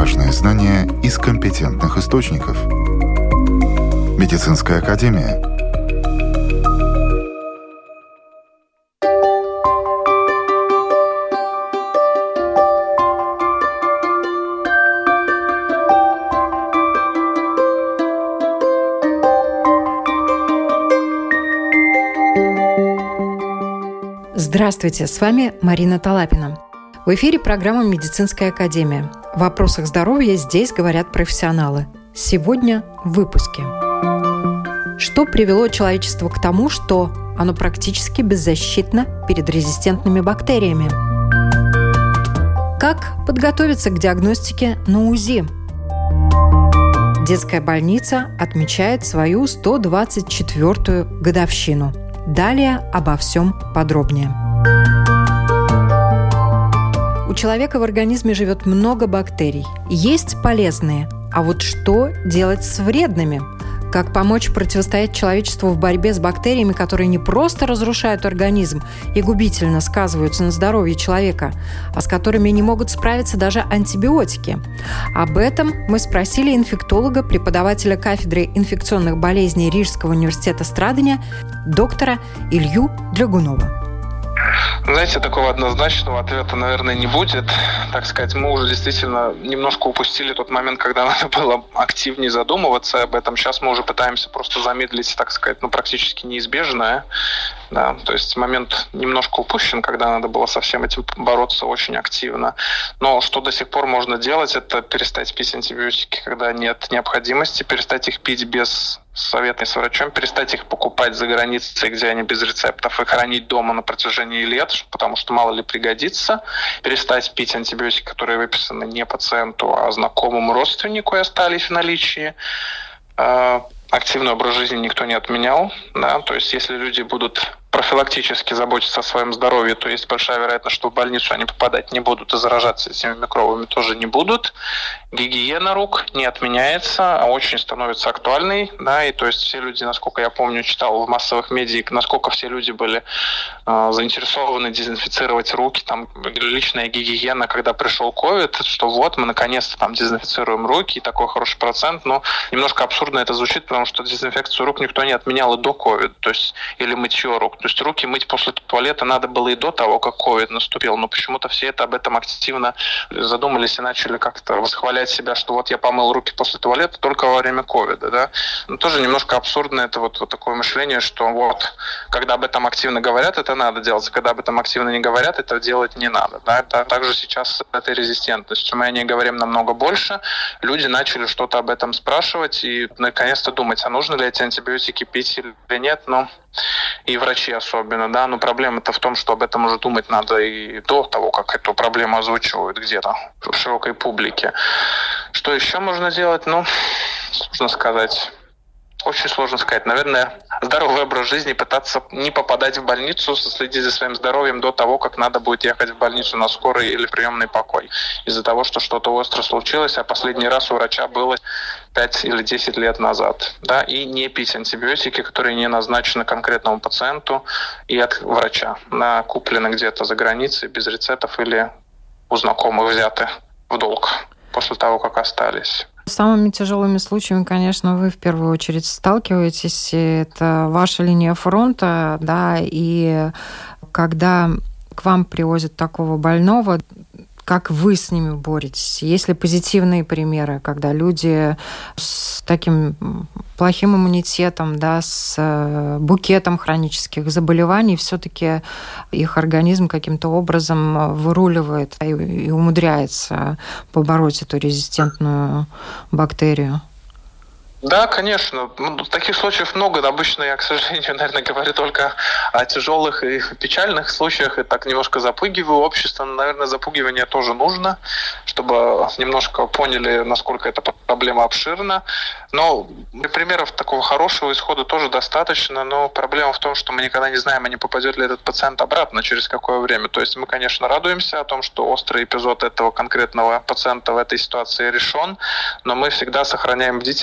важные знания из компетентных источников. Медицинская академия. Здравствуйте, с вами Марина Талапина. В эфире программа «Медицинская академия». В вопросах здоровья здесь говорят профессионалы. Сегодня в выпуске. Что привело человечество к тому, что оно практически беззащитно перед резистентными бактериями? Как подготовиться к диагностике на УЗИ? Детская больница отмечает свою 124-ю годовщину. Далее обо всем подробнее. У человека в организме живет много бактерий. Есть полезные, а вот что делать с вредными? Как помочь противостоять человечеству в борьбе с бактериями, которые не просто разрушают организм и губительно сказываются на здоровье человека, а с которыми не могут справиться даже антибиотики? Об этом мы спросили инфектолога, преподавателя кафедры инфекционных болезней Рижского университета Страдания, доктора Илью Драгунова. Знаете, такого однозначного ответа, наверное, не будет. Так сказать, мы уже действительно немножко упустили тот момент, когда надо было активнее задумываться об этом. Сейчас мы уже пытаемся просто замедлить, так сказать, практически неизбежное. Да, то есть момент немножко упущен, когда надо было со всем этим бороться очень активно. Но что до сих пор можно делать, это перестать пить антибиотики, когда нет необходимости, перестать их пить без совета с врачом, перестать их покупать за границей, где они без рецептов, и хранить дома на протяжении лет, потому что мало ли пригодится, перестать пить антибиотики, которые выписаны не пациенту, а знакомому родственнику и остались в наличии. Активный образ жизни никто не отменял, да, то есть если люди будут профилактически заботиться о своем здоровье, то есть большая вероятность, что в больницу они попадать не будут и заражаться этими микробами тоже не будут. Гигиена рук не отменяется, а очень становится актуальной, да, и то есть все люди, насколько я помню, читал в массовых медиа, насколько все люди были заинтересованы дезинфицировать руки, там личная гигиена, когда пришел ковид, что вот мы наконец-то там дезинфицируем руки, и такой хороший процент, но немножко абсурдно это звучит, потому что дезинфекцию рук никто не отменял и до ковида, то есть или мытье рук. То есть руки мыть после туалета надо было и до того, как ковид наступил. Но почему-то все об этом активно задумались и начали как-то восхвалять себя, что вот я помыл руки после туалета только во время ковида. Да? Но тоже немножко абсурдно это вот такое мышление, что вот когда об этом активно говорят, это надо делать. А когда об этом активно не говорят, это делать не надо. Да? Это также сейчас с этой резистентностью. Мы о ней говорим намного больше. Люди начали что-то об этом спрашивать и наконец-то думать, а нужно ли эти антибиотики пить или нет. Но и врачи особенно, да, но проблема-то в том, что об этом уже думать надо и до того, как эту проблему озвучивают где-то в широкой публике. Что еще можно делать? Сложно сказать. Очень сложно сказать. Наверное, здоровый образ жизни, пытаться не попадать в больницу, следить за своим здоровьем до того, как надо будет ехать в больницу на скорый или приемный покой. Из-за того, что что-то остро случилось, а последний раз у врача было 5 или 10 лет назад. Да? И не пить антибиотики, которые не назначены конкретному пациенту и от врача. Куплены где-то за границей без рецептов или у знакомых взяты в долг после того, как остались. С самыми тяжелыми случаями, конечно, вы в первую очередь сталкиваетесь. Это ваша линия фронта, да, и когда к вам привозят такого больного, как вы с ними боретесь? Есть ли позитивные примеры, когда люди с таким плохим иммунитетом, да, с букетом хронических заболеваний, все-таки их организм каким-то образом выруливает и умудряется побороть эту резистентную бактерию? Да, конечно. Таких случаев много. Обычно я, к сожалению, наверное, говорю только о тяжелых и печальных случаях и так немножко запугиваю общество. Наверное, запугивание тоже нужно, чтобы немножко поняли, насколько эта проблема обширна. Но примеров такого хорошего исхода тоже достаточно, но проблема в том, что мы никогда не знаем, не попадет ли этот пациент обратно, через какое время. То есть мы, конечно, радуемся о том, что острый эпизод этого конкретного пациента в этой ситуации решен, но мы всегда сохраняем бдительность на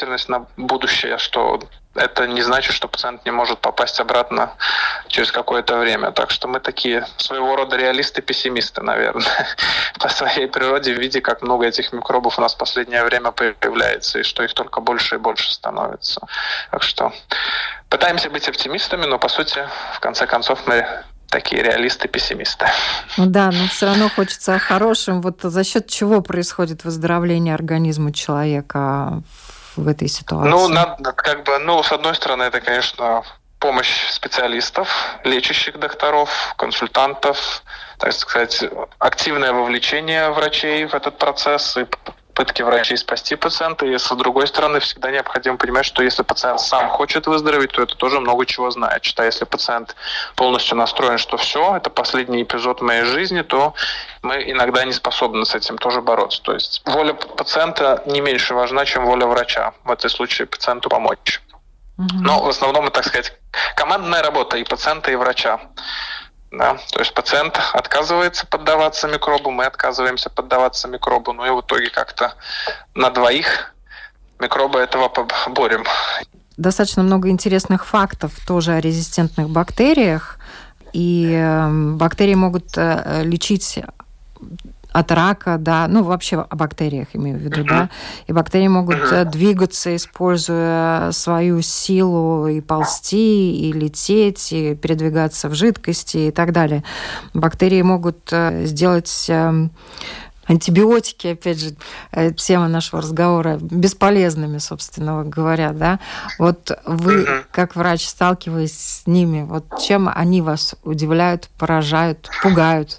на будущее, что это не значит, что пациент не может попасть обратно через какое-то время. Так что мы такие своего рода реалисты-пессимисты, наверное, по своей природе, в виде, как много этих микробов у нас в последнее время появляется, и что их только больше и больше становится. Так что пытаемся быть оптимистами, но, по сути, в конце концов, мы такие реалисты-пессимисты. Ну да, но все равно хочется о хорошем. Вот за счет чего происходит выздоровление организма человека в этой ситуации? С одной стороны, это, конечно, помощь специалистов, лечащих докторов, консультантов, так сказать, активное вовлечение врачей в этот процесс и попытки врачей спасти пациента. И, с другой стороны, всегда необходимо понимать, что если пациент сам хочет выздороветь, то это тоже много чего значит. А если пациент полностью настроен, что все, это последний эпизод моей жизни, то мы иногда не способны с этим тоже бороться. То есть воля пациента не меньше важна, чем воля врача. В этом случае пациенту помочь. Но в основном это, так сказать, командная работа и пациента, и врача. Да, то есть пациент отказывается поддаваться микробу, мы отказываемся поддаваться микробу, и в итоге как-то на двоих микробы этого поборем. Достаточно много интересных фактов тоже о резистентных бактериях. И бактерии могут лечить от рака, да, вообще о бактериях имею в виду, да, и бактерии могут двигаться, используя свою силу и ползти, и лететь, и передвигаться в жидкости и так далее. Бактерии могут сделать антибиотики, опять же, тема нашего разговора, бесполезными, собственно говоря, да. Вот вы, как врач, сталкиваясь с ними, вот чем они вас удивляют, поражают, пугают?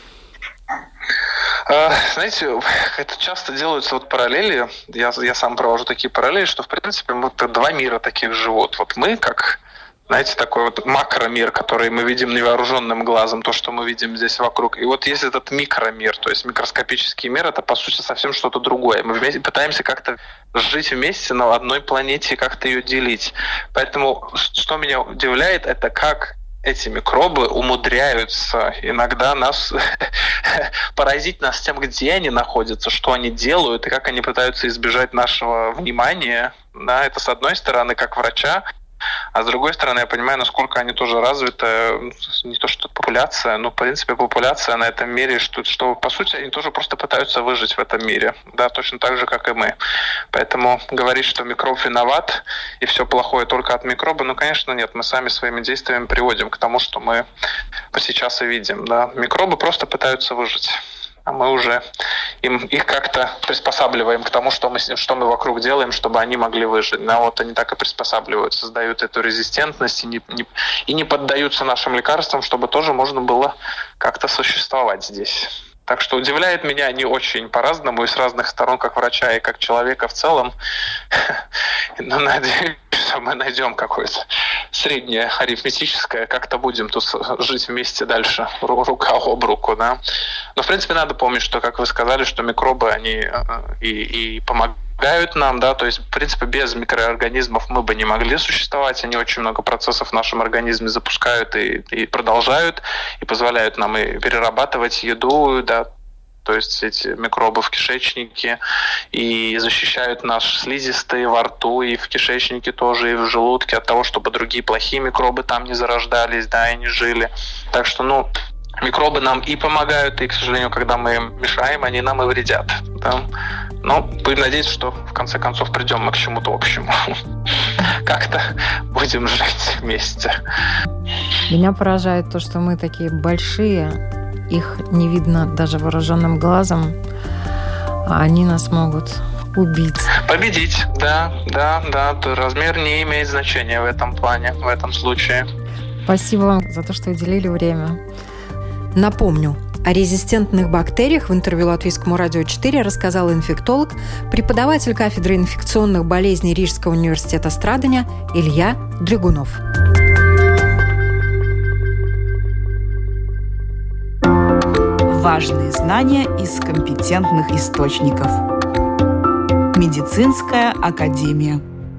Знаете, это часто делаются параллели. Я сам провожу такие параллели, что, в принципе, два мира таких живут. Вот мы, как, знаете, такой макромир, который мы видим невооруженным глазом, то, что мы видим здесь вокруг. И вот есть этот микромир, то есть микроскопический мир, это, по сути, совсем что-то другое. Мы пытаемся как-то жить вместе на одной планете и как-то ее делить. Поэтому, что меня удивляет, это как эти микробы умудряются иногда поразить нас тем, где они находятся, что они делают и как они пытаются избежать нашего внимания. Да, это с одной стороны, как врача, а с другой стороны, я понимаю, насколько они тоже развиты, не то что популяция, но, в принципе, популяция на этом мире, что по сути, они тоже просто пытаются выжить в этом мире, да, точно так же, как и мы. Поэтому говорить, что микроб виноват, и все плохое только от микроба, конечно, нет, мы сами своими действиями приводим к тому, что мы сейчас и видим, да. Микробы просто пытаются выжить. А мы уже их как-то приспосабливаем к тому, что мы вокруг делаем, чтобы они могли выжить. Но они так и приспосабливают, создают эту резистентность и не поддаются нашим лекарствам, чтобы тоже можно было как-то существовать здесь. Так что удивляет меня они очень по-разному и с разных сторон, как врача и как человека в целом. Но надеюсь, что мы найдем какое-то среднее арифметическое, как-то будем тут жить вместе дальше, рука об руку, да. Но, в принципе, надо помнить, что, как вы сказали, что микробы, они и помогают нам, да, то есть, в принципе, без микроорганизмов мы бы не могли существовать, они очень много процессов в нашем организме запускают и продолжают, и позволяют нам и перерабатывать еду, да, то есть эти микробы в кишечнике, и защищают наши слизистые во рту, и в кишечнике тоже, и в желудке от того, чтобы другие плохие микробы там не зарождались, да, и не жили. Так что, микробы нам и помогают, и, к сожалению, когда мы им мешаем, они нам и вредят. Да? Но будем надеяться, что в конце концов придем мы к чему-то общему. Как-то будем жить вместе. Меня поражает то, что мы такие большие, их не видно даже вооруженным глазом, а они нас могут убить. Победить, да. Размер не имеет значения в этом плане, в этом случае. Спасибо вам за то, что уделили время. Напомню, о резистентных бактериях в интервью Латвийскому радио 4 рассказал инфектолог, преподаватель кафедры инфекционных болезней Рижского университета Страдания Илья Дригунов. Важные знания из компетентных источников. Медицинская академия.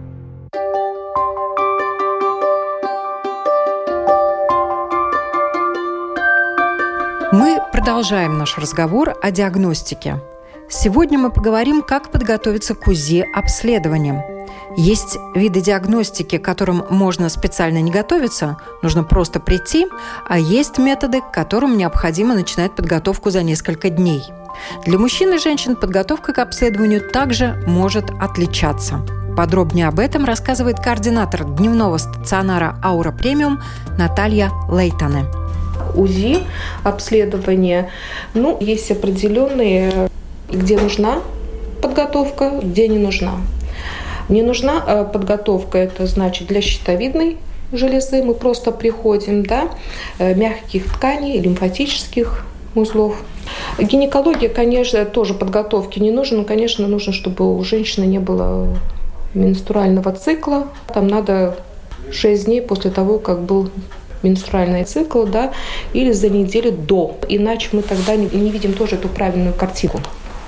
Мы продолжаем наш разговор о диагностике. Сегодня мы поговорим, как подготовиться к УЗИ-обследованиям. Есть виды диагностики, к которым можно специально не готовиться, нужно просто прийти, а есть методы, к которым необходимо начинать подготовку за несколько дней. Для мужчин и женщин подготовка к обследованию также может отличаться. Подробнее об этом рассказывает координатор дневного стационара «Аура Премиум» Наталья Лейтане. УЗИ, обследование, есть определенные, где нужна подготовка, где не нужна. Не нужна подготовка, это значит для щитовидной железы мы просто приходим, мягких тканей, лимфатических узлов. Гинекология, конечно, тоже подготовки не нужно, но, конечно, нужно, чтобы у женщины не было менструального цикла. Там надо 6 дней после того, как был менструальный цикл, или за неделю до. Иначе мы тогда не видим тоже эту правильную картинку.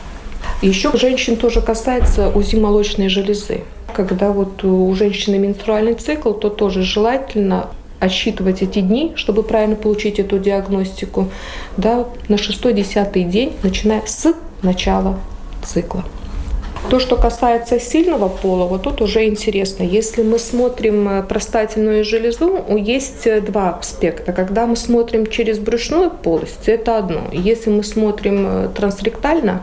Еще женщин тоже касается УЗИ молочной железы. Когда у женщины менструальный цикл, то тоже желательно отсчитывать эти дни, чтобы правильно получить эту диагностику, на 6-10 день, начиная с начала цикла. То, что касается сильного пола, тут уже интересно. Если мы смотрим простатильную железу, есть два аспекта. Когда мы смотрим через брюшную полость, это одно. Если мы смотрим трансректально,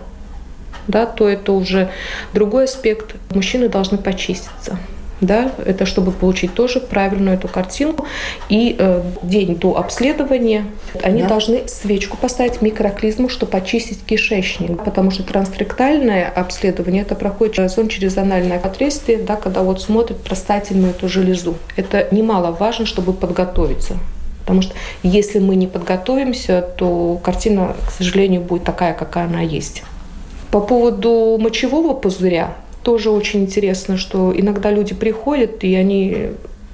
то это уже другой аспект. Мужчины должны почиститься. Это чтобы получить тоже правильную эту картинку. И день до обследования они должны свечку поставить, микроклизму, чтобы очистить кишечник. Потому что трансректальное обследование это проходит через анальное отверстие, когда смотрят простатильную эту железу. Это немаловажно, чтобы подготовиться. Потому что если мы не подготовимся, то картина, к сожалению, будет такая, какая она есть. По поводу мочевого пузыря тоже очень интересно, что иногда люди приходят, и они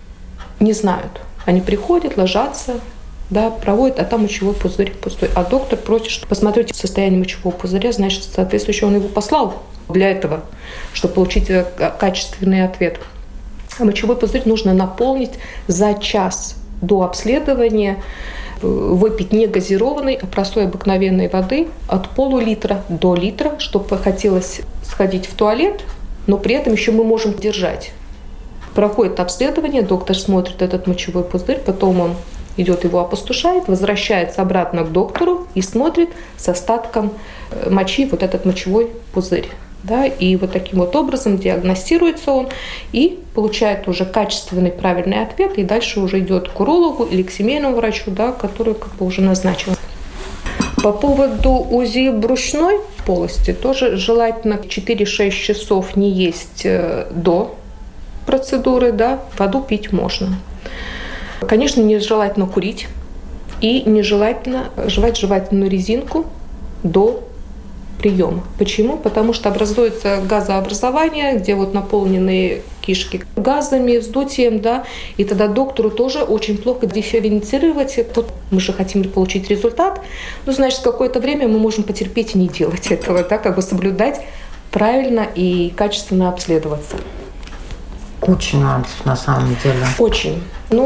не знают. Они приходят, ложатся, проводят, а там мочевой пузырь пустой. А доктор просит, что посмотрите состояние мочевого пузыря, значит, соответствующе он его послал для этого, чтобы получить качественный ответ. А мочевой пузырь нужно наполнить за час до обследования, выпить не газированной, а простой обыкновенной воды от пол-литра до литра, чтобы хотелось сходить в туалет, но при этом еще мы можем держать. Проходит обследование, доктор смотрит этот мочевой пузырь, потом он идет его опустошает, возвращается обратно к доктору и смотрит с остатком мочи этот мочевой пузырь. И таким образом диагностируется он и получает уже качественный правильный ответ, и дальше уже идет к урологу или к семейному врачу, который уже назначил. По поводу УЗИ брюшной полости тоже желательно 4-6 часов не есть до процедуры, воду пить можно. Конечно, нежелательно курить и нежелательно жевать жевательную резинку до приема. Почему? Потому что образуется газообразование, где наполненные кишки газами, вздутием, и тогда доктору тоже очень плохо дифференцировать. Мы же хотим получить результат, значит, какое-то время мы можем потерпеть и не делать этого, соблюдать правильно и качественно обследоваться. Куча нюансов на самом деле. Очень.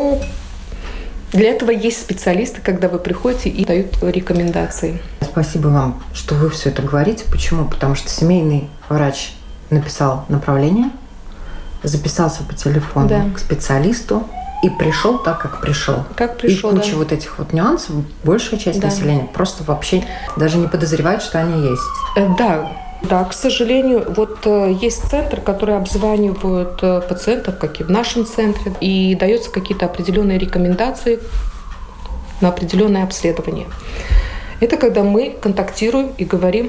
Для этого есть специалисты, когда вы приходите и дают рекомендации. Спасибо вам, что вы все это говорите. Почему? Потому что семейный врач написал направление, записался по телефону к специалисту и пришел так, как пришел. И куча этих нюансов, большая часть населения просто вообще даже не подозревает, что они есть. Да, к сожалению, есть центр, который обзванивают пациентов, как и в нашем центре, и даются какие-то определенные рекомендации на определенное обследование. Это когда мы контактируем и говорим,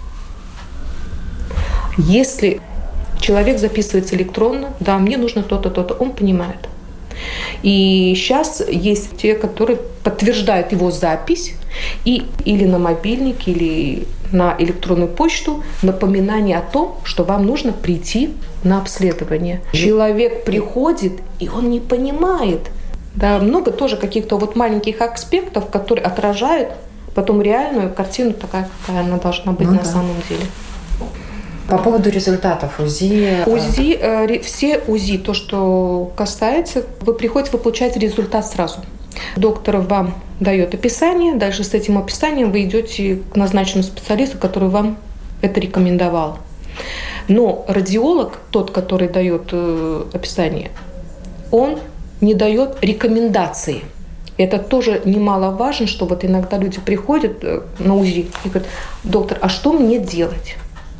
если человек записывается электронно, мне нужно то-то, то-то, он понимает. И сейчас есть те, которые подтверждают его запись и или на мобильник, или на электронную почту напоминание о том, что вам нужно прийти на обследование. Человек приходит, и он не понимает. Много тоже каких-то маленьких аспектов, которые отражают потом реальную картину, такая, какая она должна быть на самом деле. По поводу результатов УЗИ. Все УЗИ, то, что касается, вы приходите, вы получаете результат сразу. Доктор вам дает описание, дальше с этим описанием вы идете к назначенному специалисту, который вам это рекомендовал. Но радиолог, тот, который дает описание, он не дает рекомендации. Это тоже немаловажно, что вот иногда люди приходят на УЗИ и говорят: доктор, а что мне делать?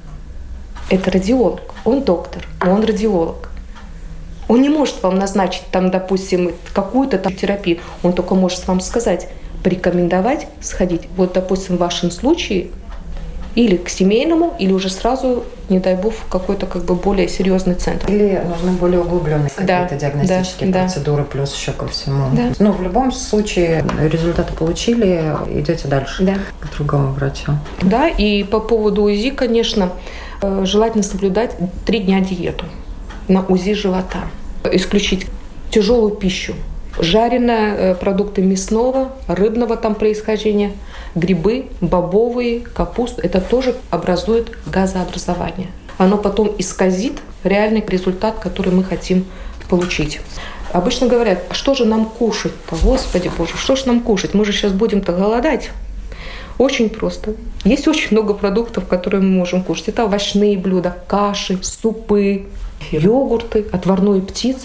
Это радиолог, он доктор, но он радиолог. Он не может вам назначить, там, допустим, какую-то там терапию. Он только может вам сказать, порекомендовать сходить. Вот, допустим, в вашем случае или к семейному, или уже сразу, не дай бог, в какой-то как бы более серьезный центр. Или нужны более углубленные какие-то диагностические процедуры, плюс еще ко всему. Да. Но в любом случае результаты получили, идете дальше к другому врачу. Да, и по поводу УЗИ, конечно, желательно соблюдать 3 дня диету на УЗИ живота. Исключить тяжелую пищу, жареные продукты мясного, рыбного там происхождения, грибы, бобовые, капусту. Это тоже образует газообразование. Оно потом исказит реальный результат, который мы хотим получить. Обычно говорят: а что же нам кушать-то? Господи Боже, что же нам кушать? Мы же сейчас будем-то голодать. Очень просто. Есть очень много продуктов, которые мы можем кушать. Это овощные блюда, каши, супы, йогурты, отварную птицу.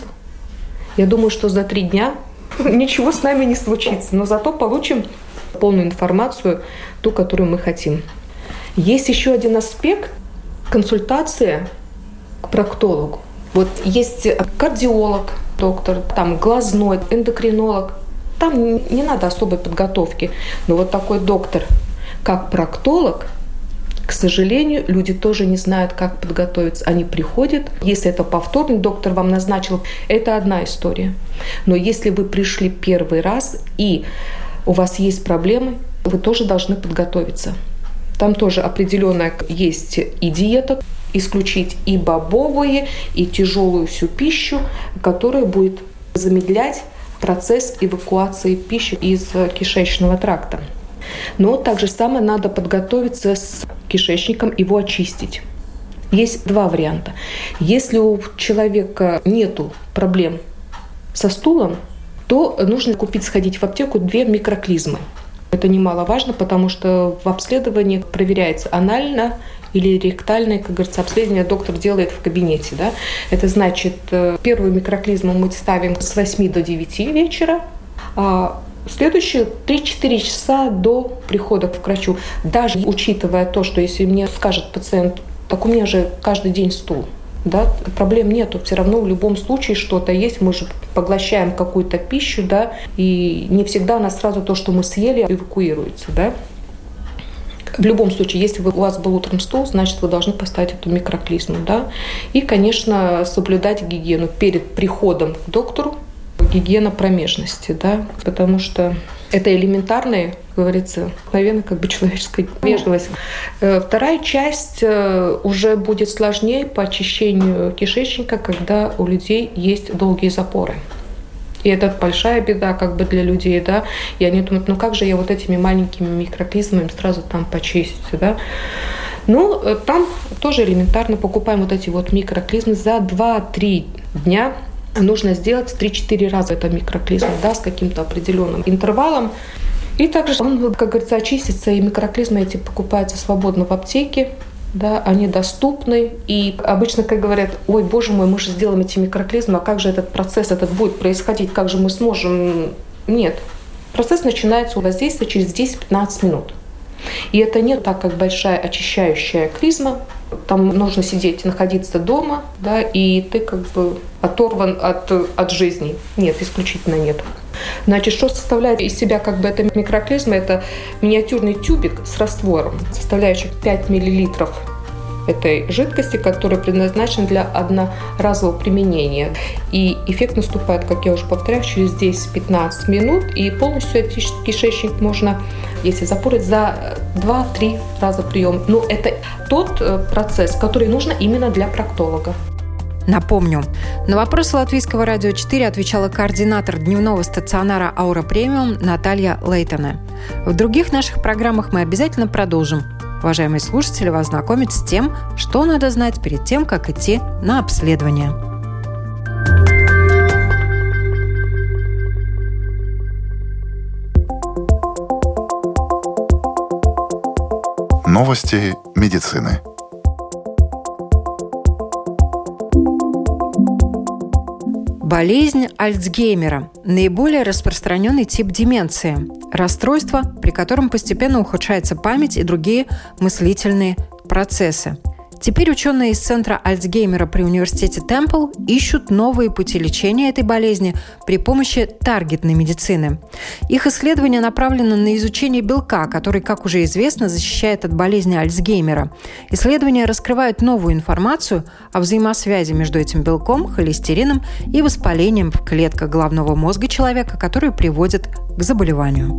Я думаю, что за 3 дня ничего с нами не случится, но зато получим полную информацию, ту, которую мы хотим. Есть еще один аспект – консультация к проктологу. Вот есть кардиолог, доктор, там глазной, эндокринолог. Там не надо особой подготовки. Но вот такой доктор, как проктолог, к сожалению, люди тоже не знают, как подготовиться. Они приходят, если это повторный, доктор вам назначил, это одна история. Но если вы пришли первый раз и у вас есть проблемы, вы тоже должны подготовиться. Там тоже определенная есть и диета, исключить и бобовые, и тяжелую всю пищу, которая будет замедлять процесс эвакуации пищи из кишечного тракта. Но также самое надо подготовиться с кишечником, его очистить. Есть 2 варианта. Если у человека нету проблем со стулом, то нужно сходить в аптеку 2 микроклизмы. Это немаловажно, потому что в обследовании проверяется анально или ректальное, как говорится, обследование доктор делает в кабинете. Да? Это значит, первую микроклизму мы ставим с 8 до 9 вечера, а следующие 3-4 часа до прихода к врачу. Даже учитывая то, что если мне скажет пациент: так у меня же каждый день стул, да, проблем нету, все равно в любом случае что-то есть, мы же поглощаем какую-то пищу, да, и не всегда у нас сразу то, что мы съели, эвакуируется, да. В любом случае, если у вас был утром стул, значит, вы должны поставить эту микроклизму, да, и, конечно, соблюдать гигиену перед приходом к доктору, гигиена промежности, да, потому что это элементарная, как говорится, наверное, как бы человеческая вежливость. Вторая часть уже будет сложнее по очищению кишечника, когда у людей есть долгие запоры. И это большая беда как бы для людей, да. И они думают: ну как же я вот этими маленькими микроклизмами сразу там почистить, да. Ну, там тоже элементарно покупаем вот эти вот микроклизмы за 2-3 дня. Нужно сделать 3-4 раза это микроклизму, да, с каким-то определенным интервалом. И также он, как говорится, очистится, и микроклизмы эти покупаются свободно в аптеке, да, они доступны. И обычно, как говорят: ой, боже мой, мы же сделаем эти микроклизмы, а как же этот процесс этот будет происходить, как же мы сможем? Нет. Процесс начинается у воздействия через 10-15 минут. И это не так, как большая очищающая клизма. Там нужно сидеть, находиться дома, да, и ты как бы оторван от жизни. Нет, исключительно нет. Значит, что составляет из себя как бы эта микроклизма? Это миниатюрный тюбик с раствором, составляющий 5 мл этой жидкости, которая предназначена для одноразового применения. И эффект наступает, как я уже повторяю, через 10-15 минут, и полностью очистить кишечник можно, если запорить, за 2-3 раза прием. Но это тот процесс, который нужно именно для проктолога. Напомню, на вопросы Латвийского радио 4 отвечала координатор дневного стационара «Аура Премиум» Наталья Лейтоне. В других наших программах мы обязательно продолжим, уважаемые слушатели, вас знакомить с тем, что надо знать перед тем, как идти на обследование. Новости медицины. Болезнь Альцгеймера – наиболее распространенный тип деменции, расстройство, при котором постепенно ухудшается память и другие мыслительные процессы. Теперь ученые из Центра Альцгеймера при университете Темпл ищут новые пути лечения этой болезни при помощи таргетной медицины. Их исследование направлено на изучение белка, который, как уже известно, защищает от болезни Альцгеймера. Исследования раскрывают новую информацию о взаимосвязи между этим белком, холестерином и воспалением в клетках головного мозга человека, которые приводят к заболеванию.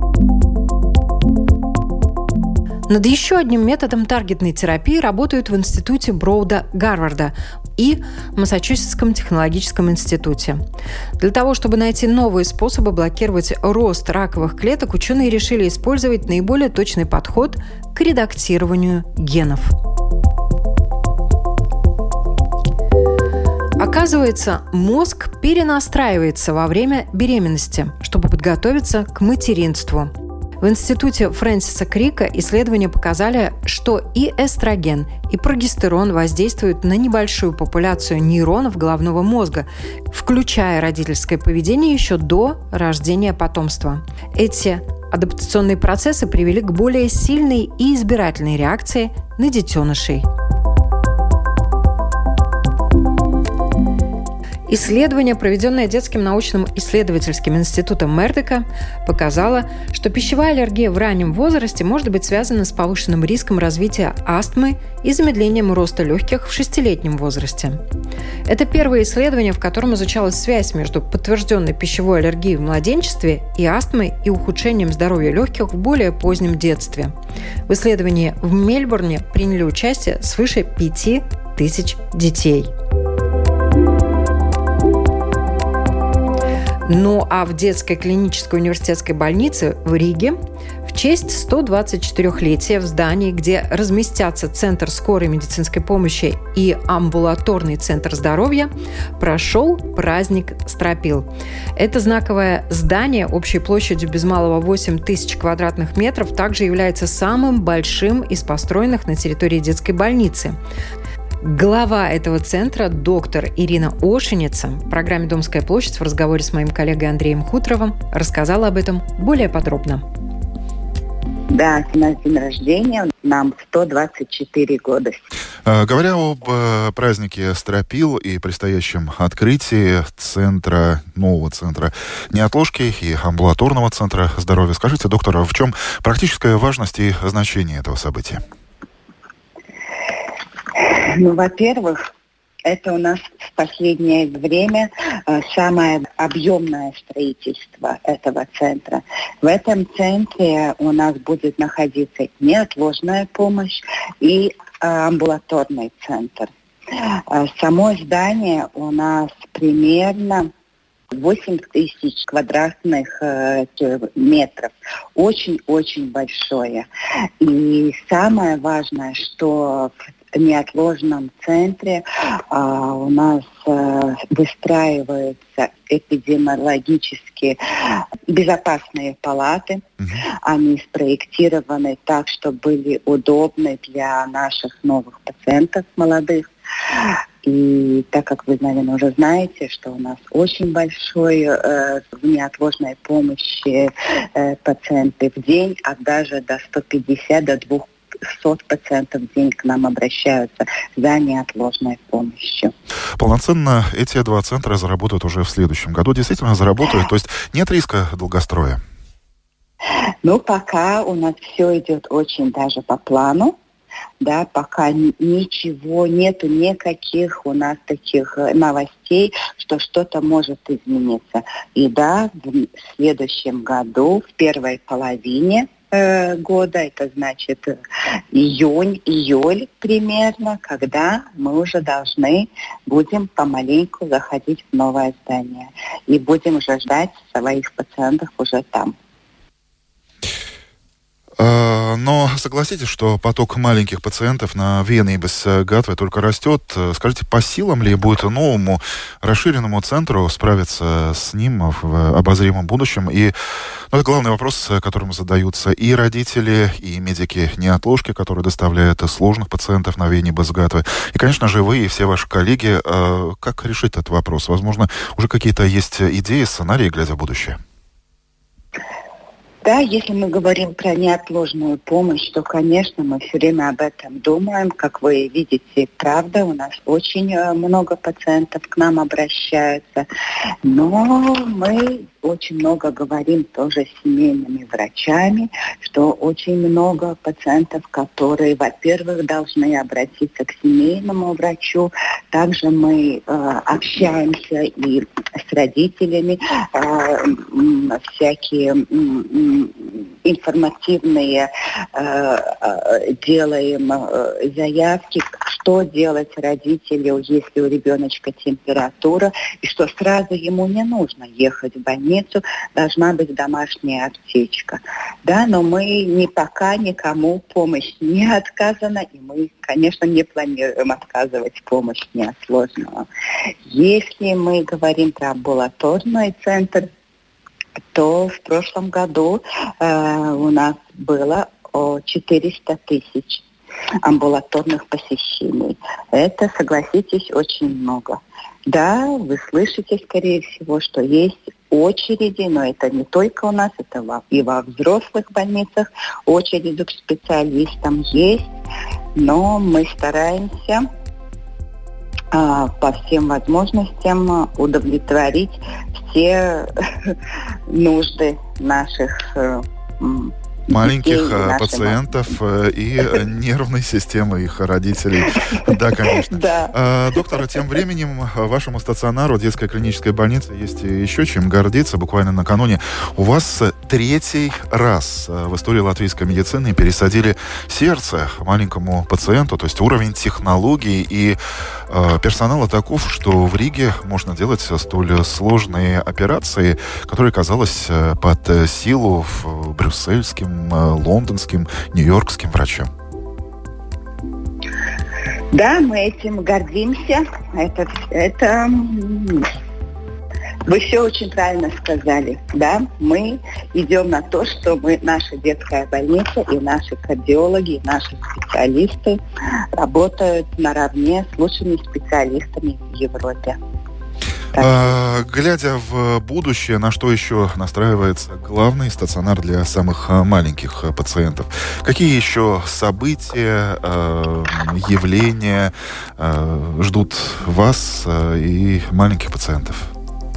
Над еще одним методом таргетной терапии работают в Институте Броуда Гарварда и Массачусетском технологическом институте. Для того, чтобы найти новые способы блокировать рост раковых клеток, ученые решили использовать наиболее точный подход к редактированию генов. Оказывается, мозг перенастраивается во время беременности, чтобы подготовиться к материнству. В институте Фрэнсиса Крика исследования показали, что и эстроген, и прогестерон воздействуют на небольшую популяцию нейронов головного мозга, включая родительское поведение еще до рождения потомства. Эти адаптационные процессы привели к более сильной и избирательной реакции на детенышей. Исследование, проведенное Детским научным исследовательским институтом Мердока, показало, что пищевая аллергия в раннем возрасте может быть связана с повышенным риском развития астмы и замедлением роста легких в 6-летнем возрасте. Это первое исследование, в котором изучалась связь между подтвержденной пищевой аллергией в младенчестве и астмой и ухудшением здоровья легких в более позднем детстве. В исследовании в Мельбурне приняли участие свыше 5000 детей. Ну а в детской клинической университетской больнице в Риге в честь 124-летия в здании, где разместятся Центр скорой медицинской помощи и амбулаторный центр здоровья, прошел праздник Стропил. Это знаковое здание общей площадью без малого 8000 квадратных метров также является самым большим из построенных на территории детской больницы. Глава этого центра, доктор Ирина Ошеница, в программе «Домская площадь» в разговоре с моим коллегой Андреем Хутровым рассказала об этом более подробно. Да, у нас день рождения, нам 124 года. Говоря об празднике Стропил и предстоящем открытии нового центра неотложки и амбулаторного центра здоровья, скажите, доктор, в чем практическая важность и значение этого события? Ну, во-первых, это у нас в последнее время самое объемное строительство этого центра. В этом центре у нас будет находиться неотложная помощь и амбулаторный центр. Само здание у нас примерно 8000 квадратных метров. Очень-очень большое. И самое важное, что в неотложном центре у нас выстраиваются эпидемиологически безопасные палаты. Они спроектированы так, чтобы были удобны для наших новых пациентов молодых. И так как вы, наверное, уже знаете, что у нас очень большой в неотложной помощи пациенты в день, а даже до 150, до 200 пациентов в день к нам обращаются за неотложной помощью. Полноценно эти два центра заработают уже в следующем году. Действительно заработают? То есть нет риска долгостроя? Ну, пока у нас все идет очень даже по плану. Да, пока ничего, нету никаких у нас таких новостей, что что-то может измениться. И да, в следующем году, в первой половине года, это значит июнь-июль примерно, когда мы уже должны будем помаленьку заходить в новое здание. И будем уже ждать своих пациентов уже там. Но согласитесь, что поток маленьких пациентов на Венибас Гатве только растет. Скажите, по силам ли будет новому расширенному центру справиться с ним в обозримом будущем? И это главный вопрос, которым задаются и родители, и медики неотложки, которые доставляют сложных пациентов на Венибас Гатве. И, конечно же, вы и все ваши коллеги. Как решить этот вопрос? Возможно, уже какие-то есть идеи, сценарии, глядя в будущее? Да, если мы говорим про неотложную помощь, то, конечно, мы все время об этом думаем. Как вы видите, правда, у нас очень много пациентов к нам обращаются. Но мы очень много говорим тоже с семейными врачами, что очень много пациентов, которые, во-первых, должны обратиться к семейному врачу. Также мы общаемся и с родителями, всякие информативные делаем заявки, что делать родителю, если у ребеночка температура, и что сразу ему не нужно ехать в больницу, должна быть домашняя аптечка. Да, но мы пока никому помощь не отказана, и мы, конечно, не планируем отказывать помощь неотложного. Если мы говорим про амбулаторный центр, то в прошлом году у нас было 400 тысяч амбулаторных посещений. Это, согласитесь, очень много. Да, вы слышите, скорее всего, что есть очереди, но это не только у нас, это и во взрослых больницах очереди к специалистам есть, но мы стараемся по всем возможностям удовлетворить все нужды наших маленьких пациентов и нервной системы их родителей. Да, конечно. Да. Доктор, тем временем вашему стационару детской клинической больницы есть еще чем гордиться. Буквально накануне у вас 3-й раз в истории латвийской медицины пересадили сердце маленькому пациенту. То есть уровень технологий и персонала таков, что в Риге можно делать столь сложные операции, которые, казалось, под силу брюссельским, лондонским, нью-йоркским врачам. Да, мы этим гордимся. Это вы все очень правильно сказали. Да, мы идем на то, что наша детская больница и наши кардиологи, и наши специалисты работают наравне с лучшими специалистами в Европе. Глядя в будущее, на что еще настраивается главный стационар для самых маленьких пациентов? Какие еще события, явления ждут вас и маленьких пациентов?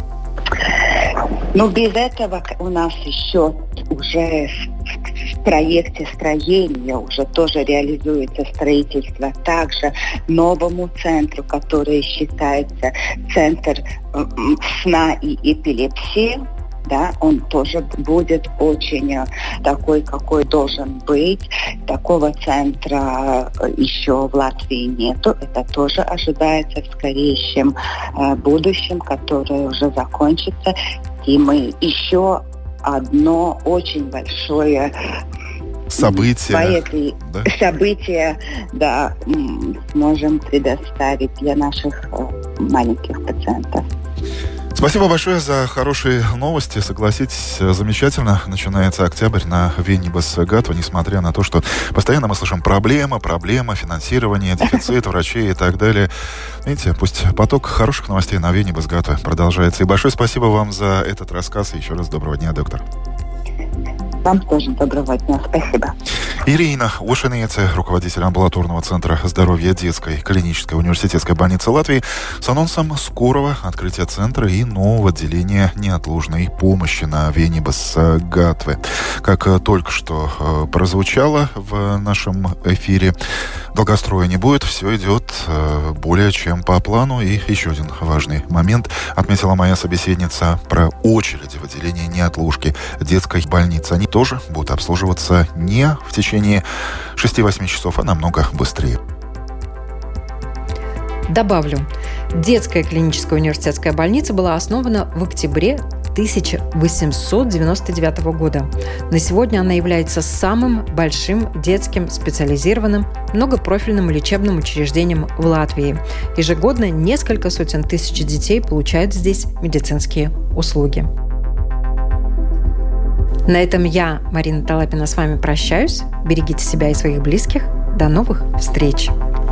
Но без этого у нас еще уже в проекте строения уже тоже реализуется строительство также новому центру, который считается центр сна и эпилепсии. Да, он тоже будет очень такой, какой должен быть. Такого центра еще в Латвии нету. Это тоже ожидается в скорейшем будущем, которое уже закончится. И мы еще одно очень большое событие, сможем предоставить для наших маленьких пациентов. Спасибо большое за хорошие новости. Согласитесь, замечательно. Начинается октябрь на Венибас Гатве, несмотря на то, что постоянно мы слышим проблема, финансирование, дефицит врачей и так далее. Видите, пусть поток хороших новостей на Венибас Гатве продолжается. И большое спасибо вам за этот рассказ. И еще раз доброго дня, доктор. Вам тоже доброго дня. Спасибо. Ирина Ушинеце, руководитель амбулаторного центра здоровья детской клинической университетской больницы Латвии, с анонсом скорого открытия центра и нового отделения неотложной помощи на Венибас Гатве. Как только что прозвучало в нашем эфире, долгостроя не будет, все идет более чем по плану. И еще один важный момент отметила моя собеседница про очереди в отделении неотложки детской больницы. Они тоже будут обслуживаться не в течение 6-8 часов, а намного быстрее. Добавлю, детская клиническая университетская больница была основана в октябре 1899 года. На сегодня она является самым большим детским специализированным многопрофильным лечебным учреждением в Латвии. Ежегодно несколько сотен тысяч детей получают здесь медицинские услуги. На этом я, Марина Талапина, с вами прощаюсь. Берегите себя и своих близких. До новых встреч!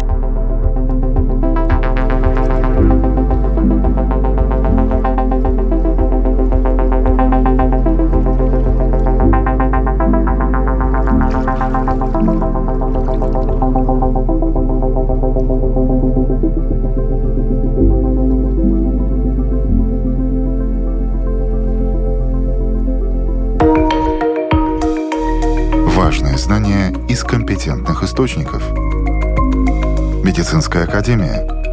Важные знания из компетентных источников. Медицинская академия.